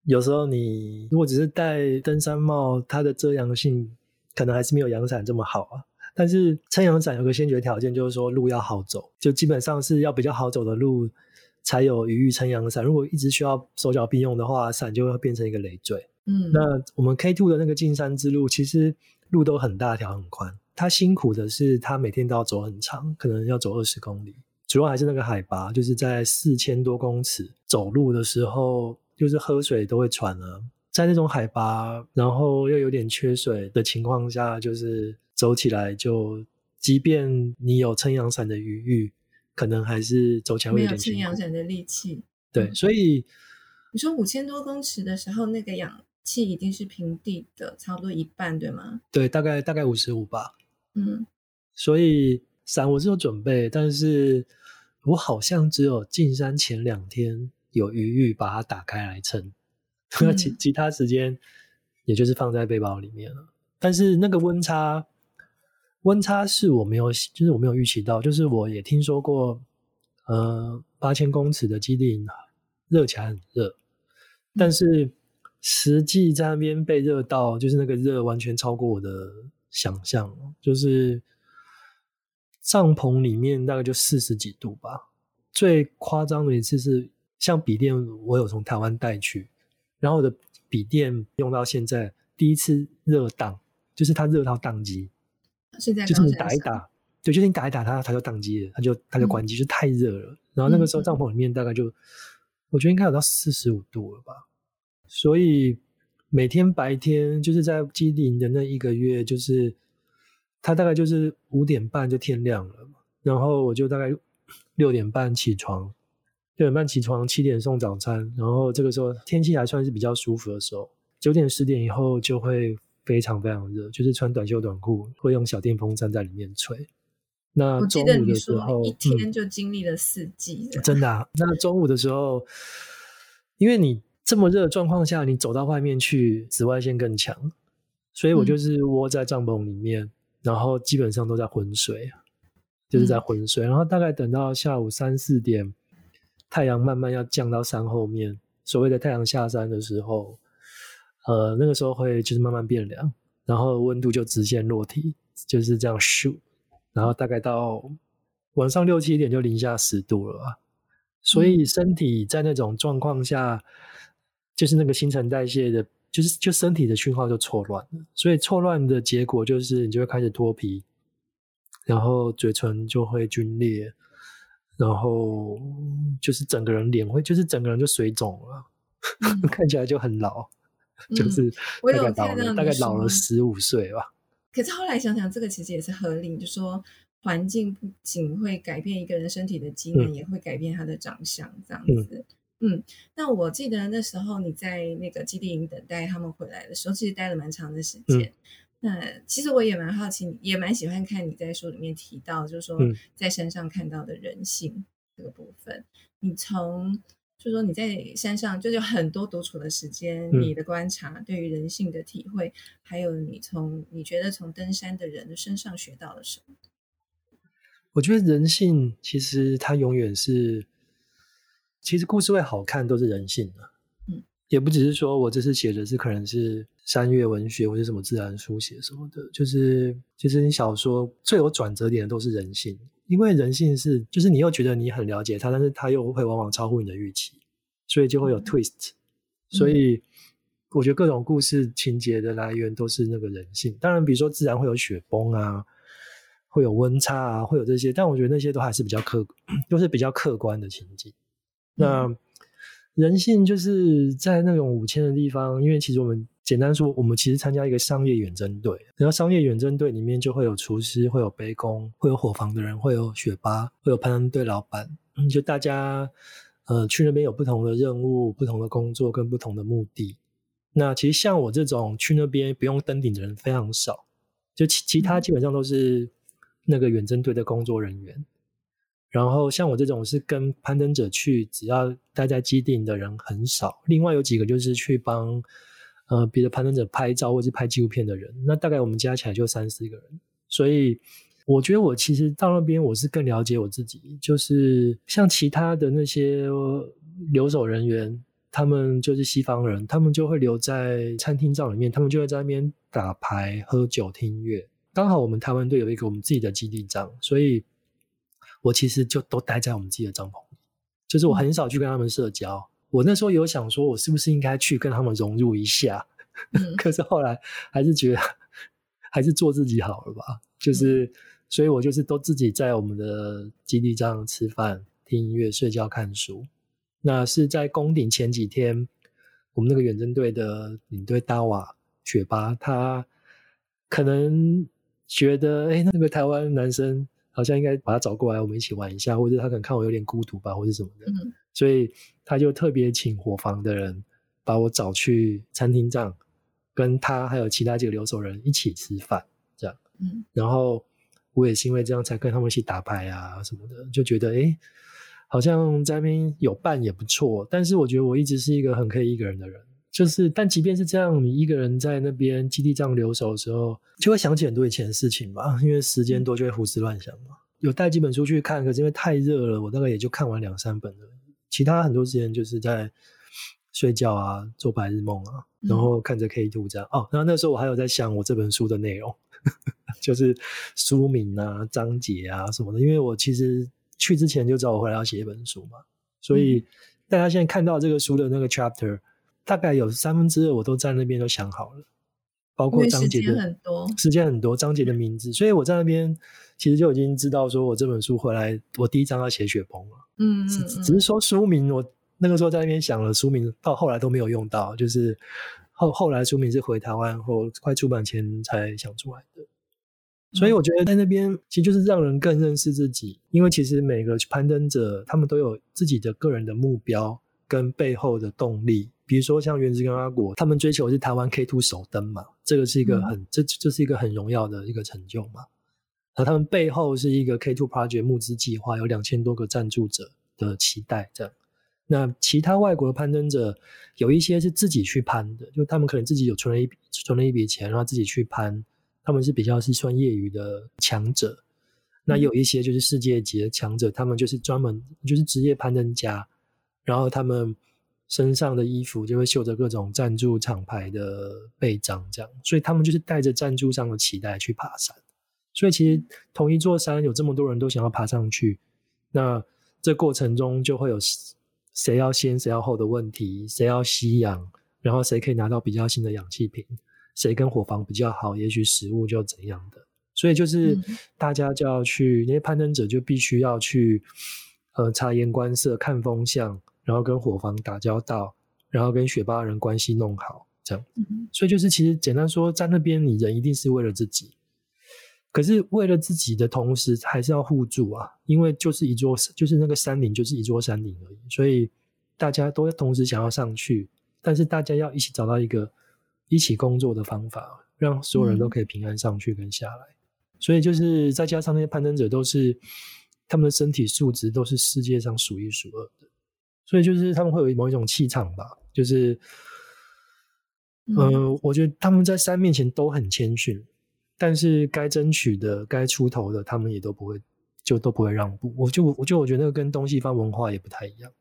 有时候你如果只是戴登山帽，它的遮阳性可能还是没有阳伞这么好啊。但是撑阳伞有个先决条件，就是说路要好走，就基本上是要比较好走的路才有余裕撑阳伞。如果一直需要手脚并用的话，伞就会变成一个累赘。那我们 K2 的那个进山之路，其实路都很大条很宽，它辛苦的是它每天都要走很长，可能要走20公里，主要还是那个海拔，就是在4000多公尺，走路的时候就是喝水都会喘了。在那种海拔然后又有点缺水的情况下，就是走起来就即便你有撑阳伞的余裕，可能还是走起来会有点辛苦， 没有撑阳伞的力气。 对，所以你说5000多公尺的时候，那个氧气一定是平地的差不多一半，对吗？ 对，大概55吧。所以伞我是有准备，但是我好像只有进山前2天有余裕把它打开来撑，其他时间也就是放在背包里面了。但是那个温差是我没有预期到，就是我也听说过8000公尺的基地营热起来很热，但是实际在那边被热到，就是那个热完全超过我的想象，就是帐篷里面大概就40几度吧。最夸张的一次是像笔电我有从台湾带去，然后我的笔电用到现在第一次热档，就是它热到宕机，就是你打一打，对，就是你打一打它就宕机了，它就关机，就太热了。然后那个时候帐篷里面大概就我觉得应该有到45度了吧。所以每天白天就是在基地营的那1个月，就是它大概就是5点半就天亮了，然后我就大概6点半起床7点送早餐，然后这个时候天气还算是比较舒服的时候，9点10点以后就会非常非常热，就是穿短袖短裤，会用小电风扇在里面吹。那中午的时候， 我记得你说一天就经历了4季， 真的啊。那中午的时候，因为你这么热的状况下，你走到外面去，紫外线更强，所以我就是窝在帐篷里面，然后基本上都在昏睡，就是在昏睡。然后大概等到下午3、4点，太阳慢慢要降到山后面，所谓的太阳下山的时候，那个时候会就是慢慢变凉，然后温度就直线落体，就是这样咻，然后大概到晚上6、7点就零下10度了吧。所以身体在那种状况下，就是那个新陈代谢的，就身体的讯号就错乱了。所以错乱的结果就是你就会开始脱皮，然后嘴唇就会皲裂，然后就是整个人脸会，就是整个人就水肿了，看起来就很老，就是大概老了15岁吧。 可是后来想想，这个其实也是合理，就说环境不仅会改变一个人身体的机能，也会改变他的长相，这样子。那我记得那时候你在那个基地营等待他们回来的时候，其实待了蛮长的时间。那其实我也蛮好奇，也蛮喜欢看你在书里面提到，就是说在山上看到的人性这个部分。你就是说你在山上就是有很多独处的时间，你的观察对于人性的体会，还有你觉得从登山的人的身上学到了什么？ 我觉得人性其实它永远是，其实故事会好看都是人性的。也不只是说我这次写的是可能是山岳文学或者什么自然书写什么的，就是你小说最有转折点的都是人性，因为人性是就是你又觉得你很了解它，但是它又会往往超乎你的预期，所以就会有 twist。所以我觉得各种故事情节的来源都是那个人性。当然比如说自然会有雪崩啊，会有温差啊，会有这些，但我觉得那些都还是比较客观的情景。那人性就是在那种5000的地方，因为其实我们简单说，我们其实参加一个商业远征队，然后商业远征队里面就会有厨师，会有背工，会有伙房的人，会有雪巴，会有攀登队老板，就大家去那边有不同的任务、不同的工作跟不同的目的。那其实像我这种去那边不用登顶的人非常少，就其他基本上都是那个远征队的工作人员。然后像我这种是跟攀登者去，只要待在基地的人很少。另外有几个就是去帮别的攀登者拍照或是拍纪录片的人，那大概我们加起来就3、4个人。所以我觉得我其实到那边我是更了解我自己，就是像其他的那些留守人员， 他们就是西方人，他们就会留在餐厅帐里面，他们就会在那边打牌、喝酒、听音乐。刚好我们台湾队有一个我们自己的基地帐，所以我其实就都待在我们自己的帐篷里，就是我很少去跟他们社交。我那时候有想说，我是不是应该去跟他们融入一下？可是后来还是觉得还是做自己好了吧，就是所以我就是都自己在我们的基地帐吃饭、听音乐、睡觉、看书。那是在攻顶前几天，我们那个远征队的领队大瓦雪巴，他可能觉得那个台湾男生好像应该把他找过来我们一起玩一下，或者他可能看我有点孤独吧，或者什么的，所以他就特别请伙房的人把我找去餐厅帐，跟他还有其他几个留守人一起吃饭这样。然后我也是因为这样才跟他们一起打牌啊什么的，就觉得好像在那边有伴也不错。但是我觉得我一直是一个很可以一个人的人，就是但即便是这样，你一个人在那边基地帐留守的时候，就会想起很多以前的事情吧，因为时间多就会胡思乱想嘛。有带几本书去看，可是因为太热了，我大概也就看完2-3本而已，其他很多时间就是在睡觉啊，做白日梦啊，然后看着 K2 这样。然后那时候我还有在想我这本书的内容就是书名啊、章节啊什么的，因为我其实去之前就知道我回来要写一本书嘛，所以大家现在看到这个书的那个 chapter 大概有2/3我都在那边都想好了，包括章节的时间很多章节的名字，所以我在那边其实就已经知道说我这本书回来我第一章要写雪崩了。只是说书名我那个时候在那边想了，书名到后来都没有用到，就是后来书名是回台湾后快出版前才想出来的。所以我觉得在那边其实就是让人更认识自己，因为其实每个攀登者他们都有自己的个人的目标跟背后的动力，比如说像原子跟阿果他们追求的是台湾 K2 首登嘛，这个是一个这是一个很荣耀的一个成就嘛。然后他们背后是一个 K2 Project 募资计划，有2000多个赞助者的期待这样。那其他外国的攀登者有一些是自己去攀的，就他们可能自己有存了一笔钱然后自己去攀，他们是比较是算业余的强者。那有一些就是世界级的强者，他们就是专门就是职业攀登家，然后他们身上的衣服就会绣着各种赞助厂牌的背章这样，所以他们就是带着赞助商的期待去爬山。所以其实同一座山有这么多人都想要爬上去，那这过程中就会有谁要先谁要后的问题，谁要吸氧，然后谁可以拿到比较新的氧气瓶，谁跟伙房比较好，也许食物就怎样的。所以就是大家就要去，那些攀登者就必须要去察言观色，看风向，然后跟伙房打交道，然后跟雪巴人关系弄好这样。所以就是其实简单说，在那边你人一定是为了自己，可是为了自己的同时还是要互助啊，因为就是那个山顶就是一座山顶而已，所以大家都同时想要上去，但是大家要一起找到一个一起工作的方法，让所有人都可以平安上去跟下来。所以就是再加上那些攀登者都是他们的身体素质都是世界上数一数二的，所以就是他们会有某一种气场吧，就是我觉得他们在山面前都很谦逊，但是该争取的该出头的他们也都不会让步。我觉得那个跟东西方文化也不太一样。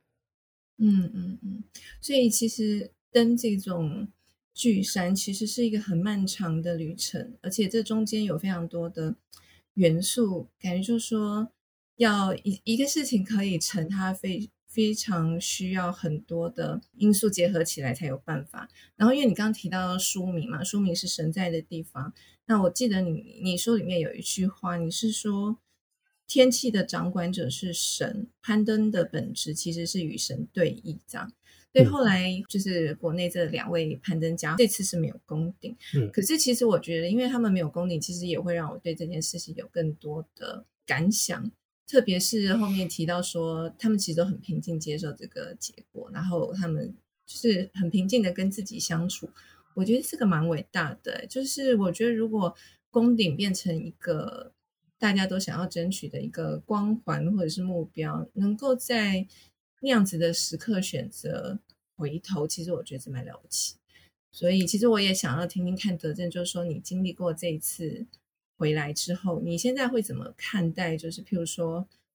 所以其实登这种巨山其实是一个很漫长的旅程，而且这中间有非常多的元素，感觉就是说要一个事情可以成，它非常需要很多的因素结合起来才有办法。然后因为你刚刚提到书名嘛，书名是神在的地方，那我记得你书里面有一句话，你是说天气的掌管者是神，攀登的本质其实是与神对弈这样。所以后来就是国内这2位攀登家这次是没有攻顶，可是其实我觉得因为他们没有攻顶，其实也会让我对这件事情有更多的感想，特别是后面提到说他们其实都很平静接受这个结果，然后他们就是很平静的跟自己相处，我觉得这个蛮伟大的。就是我觉得如果攻顶变成一个大家都想要争取的一个光环或者是目标，能够在那样子的时刻选择回头，其实我觉得是蛮了不起。所以其实我也想要听听看德正，就是说你经历过这一次回来之后，你现在会怎么看待就是譬如说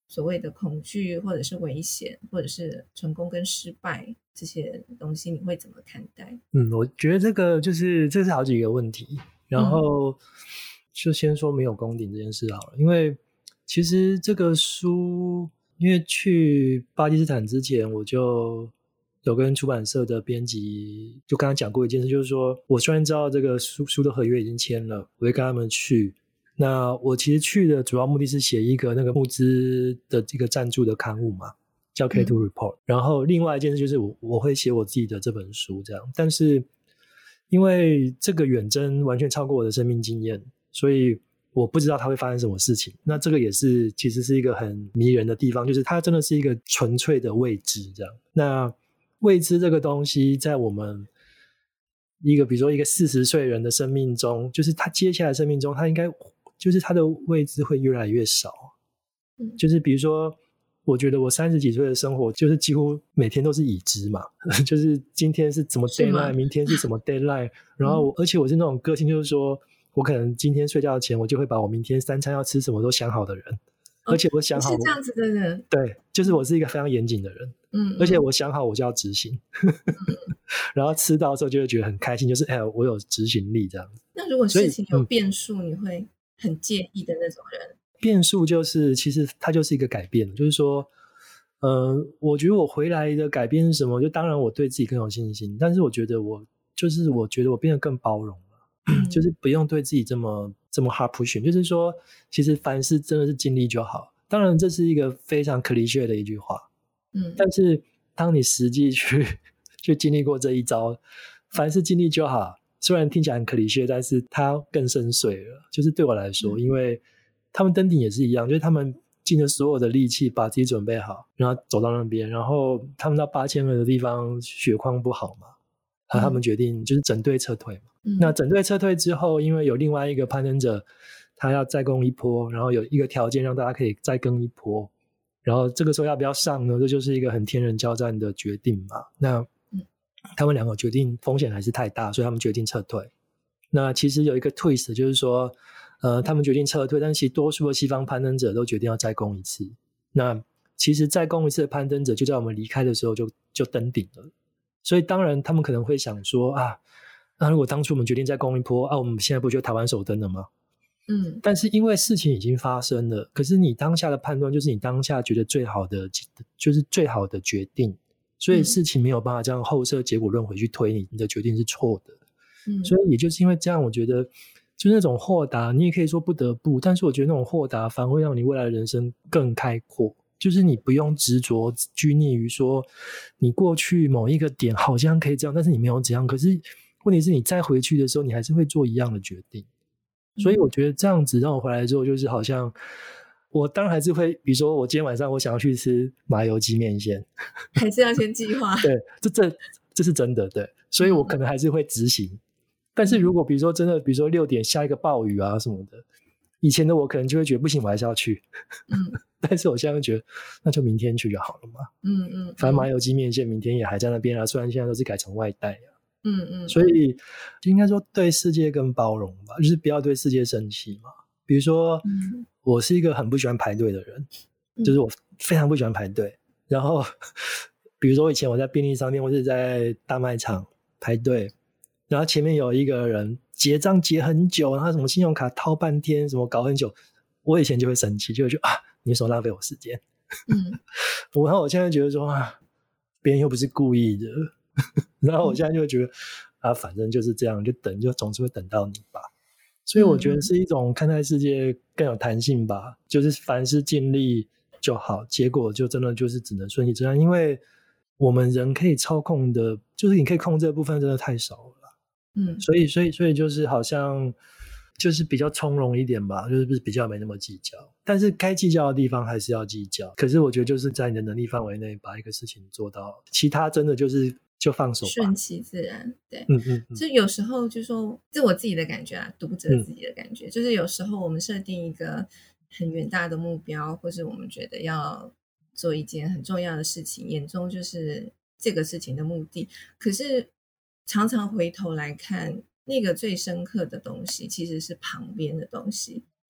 所谓的恐惧或者是危险或者是成功跟失败这些东西，你会怎么看待？ 我觉得这是好几个问题，然后就先说没有攻顶这件事好了。因为其实这个书，因为去巴基斯坦之前我就有跟出版社的编辑就跟他讲过一件事，就是说我虽然知道这个书的合约已经签了，我会跟他们去，那我其实去的主要目的是写一个那个募资的这个赞助的刊物嘛，叫 K2 Report，然后另外一件事就是我会写我自己的这本书这样。但是因为这个远征完全超过我的生命经验，所以我不知道它会发生什么事情。那这个也是其实是一个很迷人的地方，就是它真的是一个纯粹的未知这样。那未知这个东西在我们比如说一个40岁人的生命中，就是他接下来的生命中，他应该就是他的未知会越来越少。就是比如说我觉得我30几岁的生活就是几乎每天都是已知嘛，就是今天是什么 deadline， 明天是什么 deadline， 然后而且我是那种个性，就是说我可能今天睡觉前我就会把我明天3餐要吃什么都想好的人，而且我想好是这样子的人。 对，就是我是一个非常严谨的人，而且我想好我就要执行，然后吃到的时候就会觉得很开心，就是我有执行力这样子。 那如果事情有变数，你会很介意的那种人？ 变数就是其实它就是一个改变，就是说我觉得我回来的改变是什么，就当然我对自己更有信心，但是我觉得我变得更包容了，就是不用对自己这么 hard pushing， 就是说其实凡事真的是尽力就好。当然这是一个非常 cliché 的一句话，但是当你实际去经历过这一招，凡事尽力就好，虽然听起来很cliché，但是它更深邃了。就是对我来说，因为他们登顶也是一样，就是他们尽了所有的力气把自己准备好，然后走到那边，然后他们到8000个的地方雪况不好嘛，他们决定就是整队撤退嘛。那整队撤退之后，因为有另外一个攀登者他要再攻一波，然后有一个条件让大家可以再攻一波，然后这个时候要不要上呢？这就是一个很天人交战的决定嘛。那他们两个决定风险还是太大，所以他们决定撤退。那其实有一个 twist， 就是说他们决定撤退，但是其实多数的西方攀登者都决定要再攻一次。那其实再攻一次的攀登者就在我们离开的时候就登顶了。所以当然他们可能会想说那如果当初我们决定再攻一波我们现在不就台湾首登了吗？但是因为事情已经发生了，可是你当下的判断就是你当下觉得最好的就是最好的决定，所以事情没有办法这样后设结果论回去推你的决定是错的。所以也就是因为这样，我觉得就是那种豁达，你也可以说不得不，但是我觉得那种豁达反而会让你未来的人生更开阔，就是你不用执着拘泥于说你过去某一个点好像可以这样，但是你没有这样，可是问题是你再回去的时候你还是会做一样的决定。所以我觉得这样子让我回来之后，就是好像我当然还是会，比如说我今天晚上我想要去吃麻油鸡面线， 还是要先计划。 对，这是真的，对，所以我可能还是会执行。但是如果比如说真的，比如说6点下一个暴雨什么的，以前的我可能就会觉得不行，我还是要去。但是我现在会觉得那就明天去就好了嘛。反正麻油鸡面线明天也还在那边虽然现在都是改成外带所以应该说对世界更包容吧，就是不要对世界生气嘛。比如说我是一个很不喜欢排队的人，就是我非常不喜欢排队。然后比如说以前我在便利商店或是在大卖场排队，然后前面有一个人结账结很久，然后什么信用卡掏半天，什么搞很久，我以前就会生气，就会觉得你为什么浪费我时间？然后我现在觉得说别人又不是故意的，然后我现在就会觉得反正就是这样，就等，就总是会等到你吧。所以我觉得是一种看待世界更有弹性吧，就是凡事尽力就好，结果就真的就是只能顺其自然，因为我们人可以操控的，就是你可以控制的部分真的太少了。所以就是好像就是比较从容一点吧，就是比较没那么计较，但是该计较的地方还是要计较。可是我觉得就是在你的能力范围内把一个事情做到，其他真的就放手吧， 顺其自然。对，就有时候就是说，这我自己的感觉读者自己的感觉，就是有时候我们设定一个很远大的目标，或是我们觉得要做一件很重要的事情，眼中就是这个事情的目的，可是常常回头来看，那个最深刻的东西其实是旁边的东西。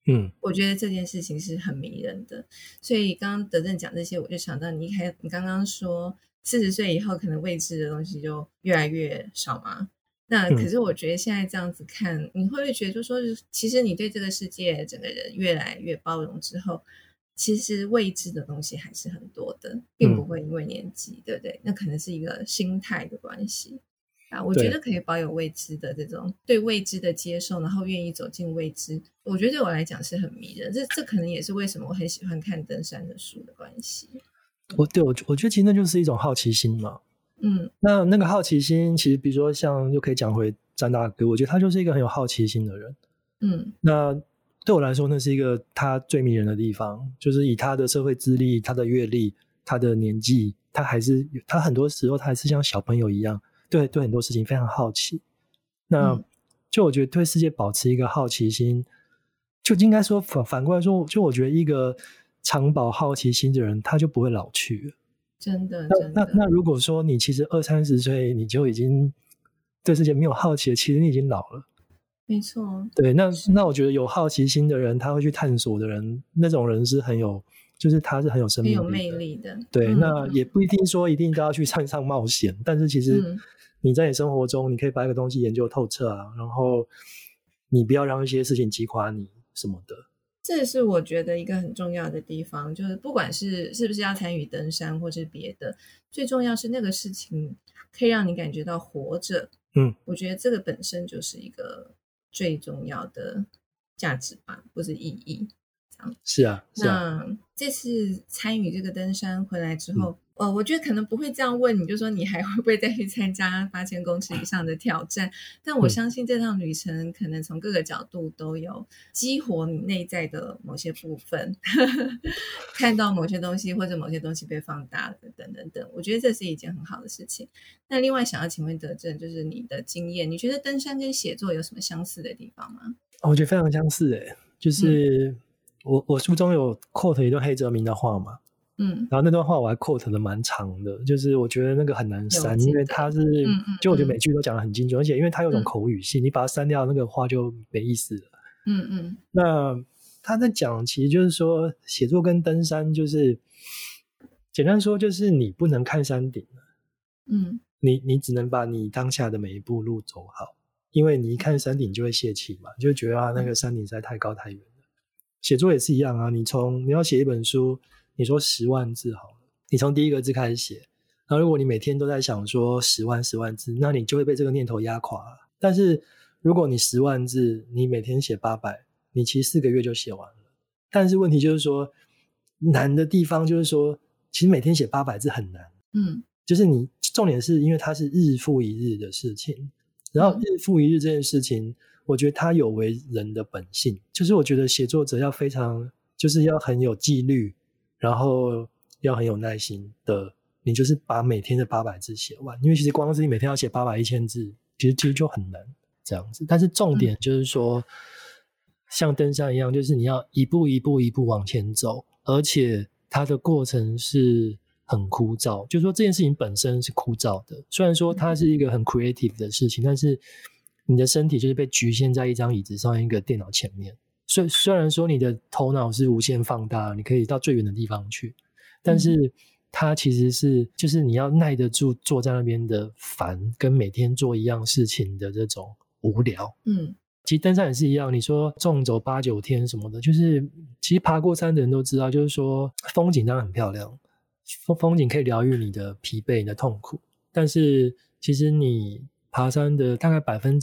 我觉得这件事情是很迷人的。所以刚刚德正讲这些，我就想到你刚刚说40岁以后可能未知的东西就越来越少嘛，那可是我觉得现在这样子看，你会不会觉得就是说其实你对这个世界整个人越来越包容之后，其实未知的东西还是很多的，并不会因为年纪，对不对？那可能是一个心态的关系啊。我觉得可以保有未知的这种对未知的接受，然后愿意走进未知，我觉得对我来讲是很迷人。这可能也是为什么我很喜欢看登山的书的关系。 我觉得其实那就是一种好奇心嘛。那个好奇心其实比如说像又可以讲回詹大哥，我觉得他就是一个很有好奇心的人。那对我来说那是一个他最迷人的地方，就是以他的社会资历，他的阅历，他的年纪，他很多时候他还是像小朋友一样，对很多事情非常好奇。那就我觉得对世界保持一个好奇心，就应该说反过来说，就我觉得一个常保好奇心的人他就不会老去了。 真的那如果说你其实20-30岁你就已经对世界没有好奇了，其实你已经老了。 没错。 对，那我觉得有好奇心的人，他会去探索的人，那种人是很有，就是他是很有生命力的， 很有魅力的。 对，那也不一定说一定都要去山上冒险，但是其实你在你生活中你可以把一个东西研究透彻啊，然后你不要让一些事情击垮你什么的。 这是我觉得一个很重要的地方，就是不管是不是要参与登山或是别的，最重要是那个事情可以让你感觉到活着。我觉得这个本身就是一个最重要的价值吧，或是意义。 是啊。 那这次参与这个登山回来之后，我觉得可能不会这样问你，就说你还会不会再去参加8000公尺以上的挑战，但我相信这趟旅程可能从各个角度都有激活你内在的某些部分看到某些东西或者某些东西被放大了等等等，我觉得这是一件很好的事情。那另外想要请问德正，就是你的经验，你觉得登山跟写作有什么相似的地方吗？ 我觉得非常相似耶，就是我书中有 quote 一段黑泽明的话嘛，然后那段话我还 quote 的蛮长的，就是我觉得那个很难删，因为他是就我觉得每句都讲得很精准，而且因为他有种口语性，你把它删掉那个话就没意思了。那他在讲其实就是说写作跟登山就是简单说就是你不能看山顶了，你只能把你当下的每一步路走好，因为你一看山顶就会泄气嘛，就会觉得那个山顶实在太高太远了。写作也是一样啊，你要写一本书，你说10万字好了，你从第一个字开始写，然后如果你每天都在想说10万字，那你就会被这个念头压垮了。但是如果你10万字，你每天写800，你其实4个月就写完了。但是问题就是说难的地方就是说其实每天写800字很难，就是你重点是因为它是日复一日的事情，然后日复一日这件事情我觉得它有违人的本性，就是我觉得写作者要非常就是要很有纪律，然后要很有耐心的，你就是把每天的800字写完，因为其实光是你每天要写800-1000字其实就很难这样子。但是重点就是说像登山一样，就是你要一步一步一步往前走，而且它的过程是很枯燥，就是说这件事情本身是枯燥的，虽然说它是一个很 creative 的事情，但是你的身体就是被局限在一张椅子上一个电脑前面，虽然说你的头脑是无限放大，你可以到最远的地方去，但是它其实是就是你要耐得住坐在那边的烦跟每天做一样事情的这种无聊。其实登山也是一样，你说纵走8-9天什么的，就是其实爬过山的人都知道，就是说风景当然很漂亮，风景可以疗愈你的疲惫你的痛苦，但是其实你爬山的大概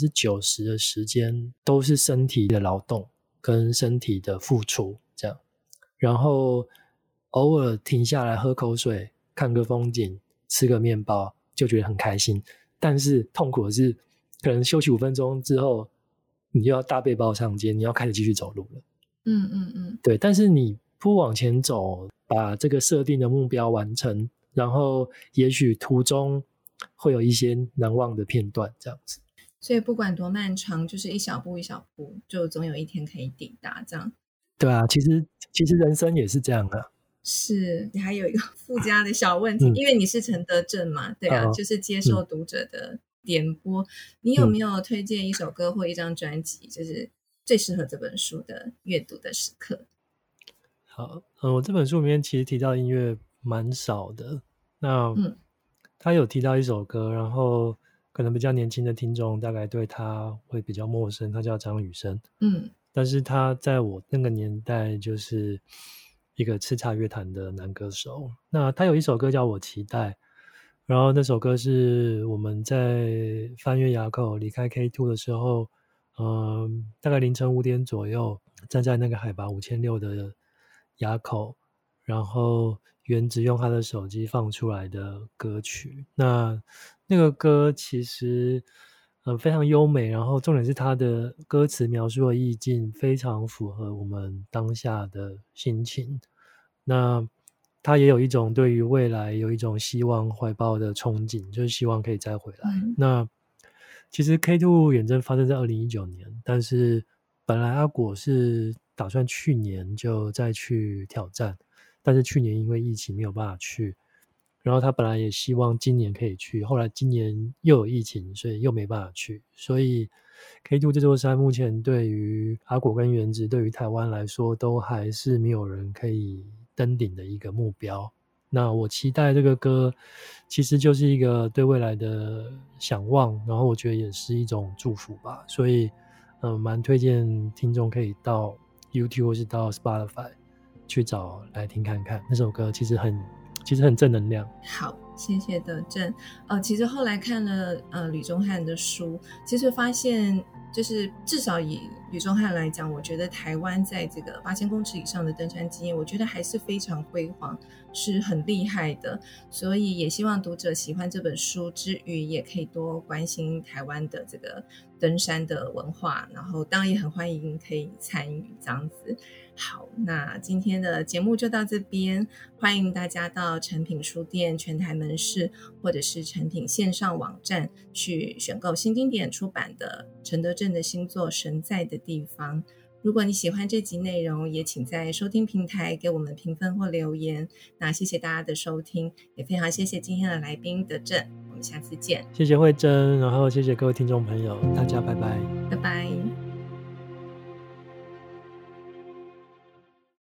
90%的时间都是身体的劳动跟身体的付出这样，然后偶尔停下来喝口水看个风景吃个面包就觉得很开心，但是痛苦的是可能休息5分钟之后你就要大背包上街，你要开始继续走路了。对，但是你不往前走，把这个设定的目标完成，然后也许途中会有一些难忘的片段这样子。 所以不管多漫长，就是一小步一小步，就总有一天可以抵达这样。 对啊，其实人生也是这样啊。 是，还有一个附加的小问题，因为你是陈德正嘛，对啊，就是接受读者的点播，你有没有推荐一首歌或一张专辑，就是最适合这本书的阅读的时刻。 好，我这本书里面其实提到音乐蛮少的，那他有提到一首歌，然后可能比较年轻的听众大概对他会比较陌生，他叫张雨生，但是他在我那个年代就是一个叱咤乐坛的男歌手。那他有一首歌叫我期待，然后那首歌是我们在翻越垭口离开 K2 的时候，大概凌晨5点左右，站在那个海拔5600的垭口，然后原子用他的手机放出来的歌曲。那个歌其实非常优美，然后重点是他的歌词描述的意境非常符合我们当下的心情。那他也有一种对于未来有一种希望怀抱的憧憬，就是希望可以再回来。那其实 K2 远征发生在2019年，但是本来阿果是打算去年就再去挑战，但是去年因为疫情没有办法去，然后他本来也希望今年可以去，后来今年又有疫情，所以又没办法去。所以 K2 这座山目前对于阿果跟原子对于台湾来说都还是没有人可以登顶的一个目标。那我期待这个歌其实就是一个对未来的想望，然后我觉得也是一种祝福吧。所以蛮推荐听众可以到 YouTube 或是到 Spotify 去找来听看看，那首歌其实很正能量。 好，谢谢德正。其实后来看了吕宗翰的书，其实发现就是至少以吕宗翰来讲，我觉得台湾在这个8000公尺以上的登山经验，我觉得还是非常辉煌，是很厉害的。所以也希望读者喜欢这本书之余，也可以多关心台湾的这个登山的文化，然后当然也很欢迎可以参与这样子。好，那今天的节目就到这边，欢迎大家到诚品书店全台门市或者是诚品线上网站去选购新经典出版的陈德正的新作《神在的地方》。如果你喜欢这集内容，也请在收听平台给我们评分或留言。那谢谢大家的收听，也非常谢谢今天的来宾德正，我们下次见。 谢谢慧珍，然后谢谢各位听众朋友，大家拜拜。 拜拜。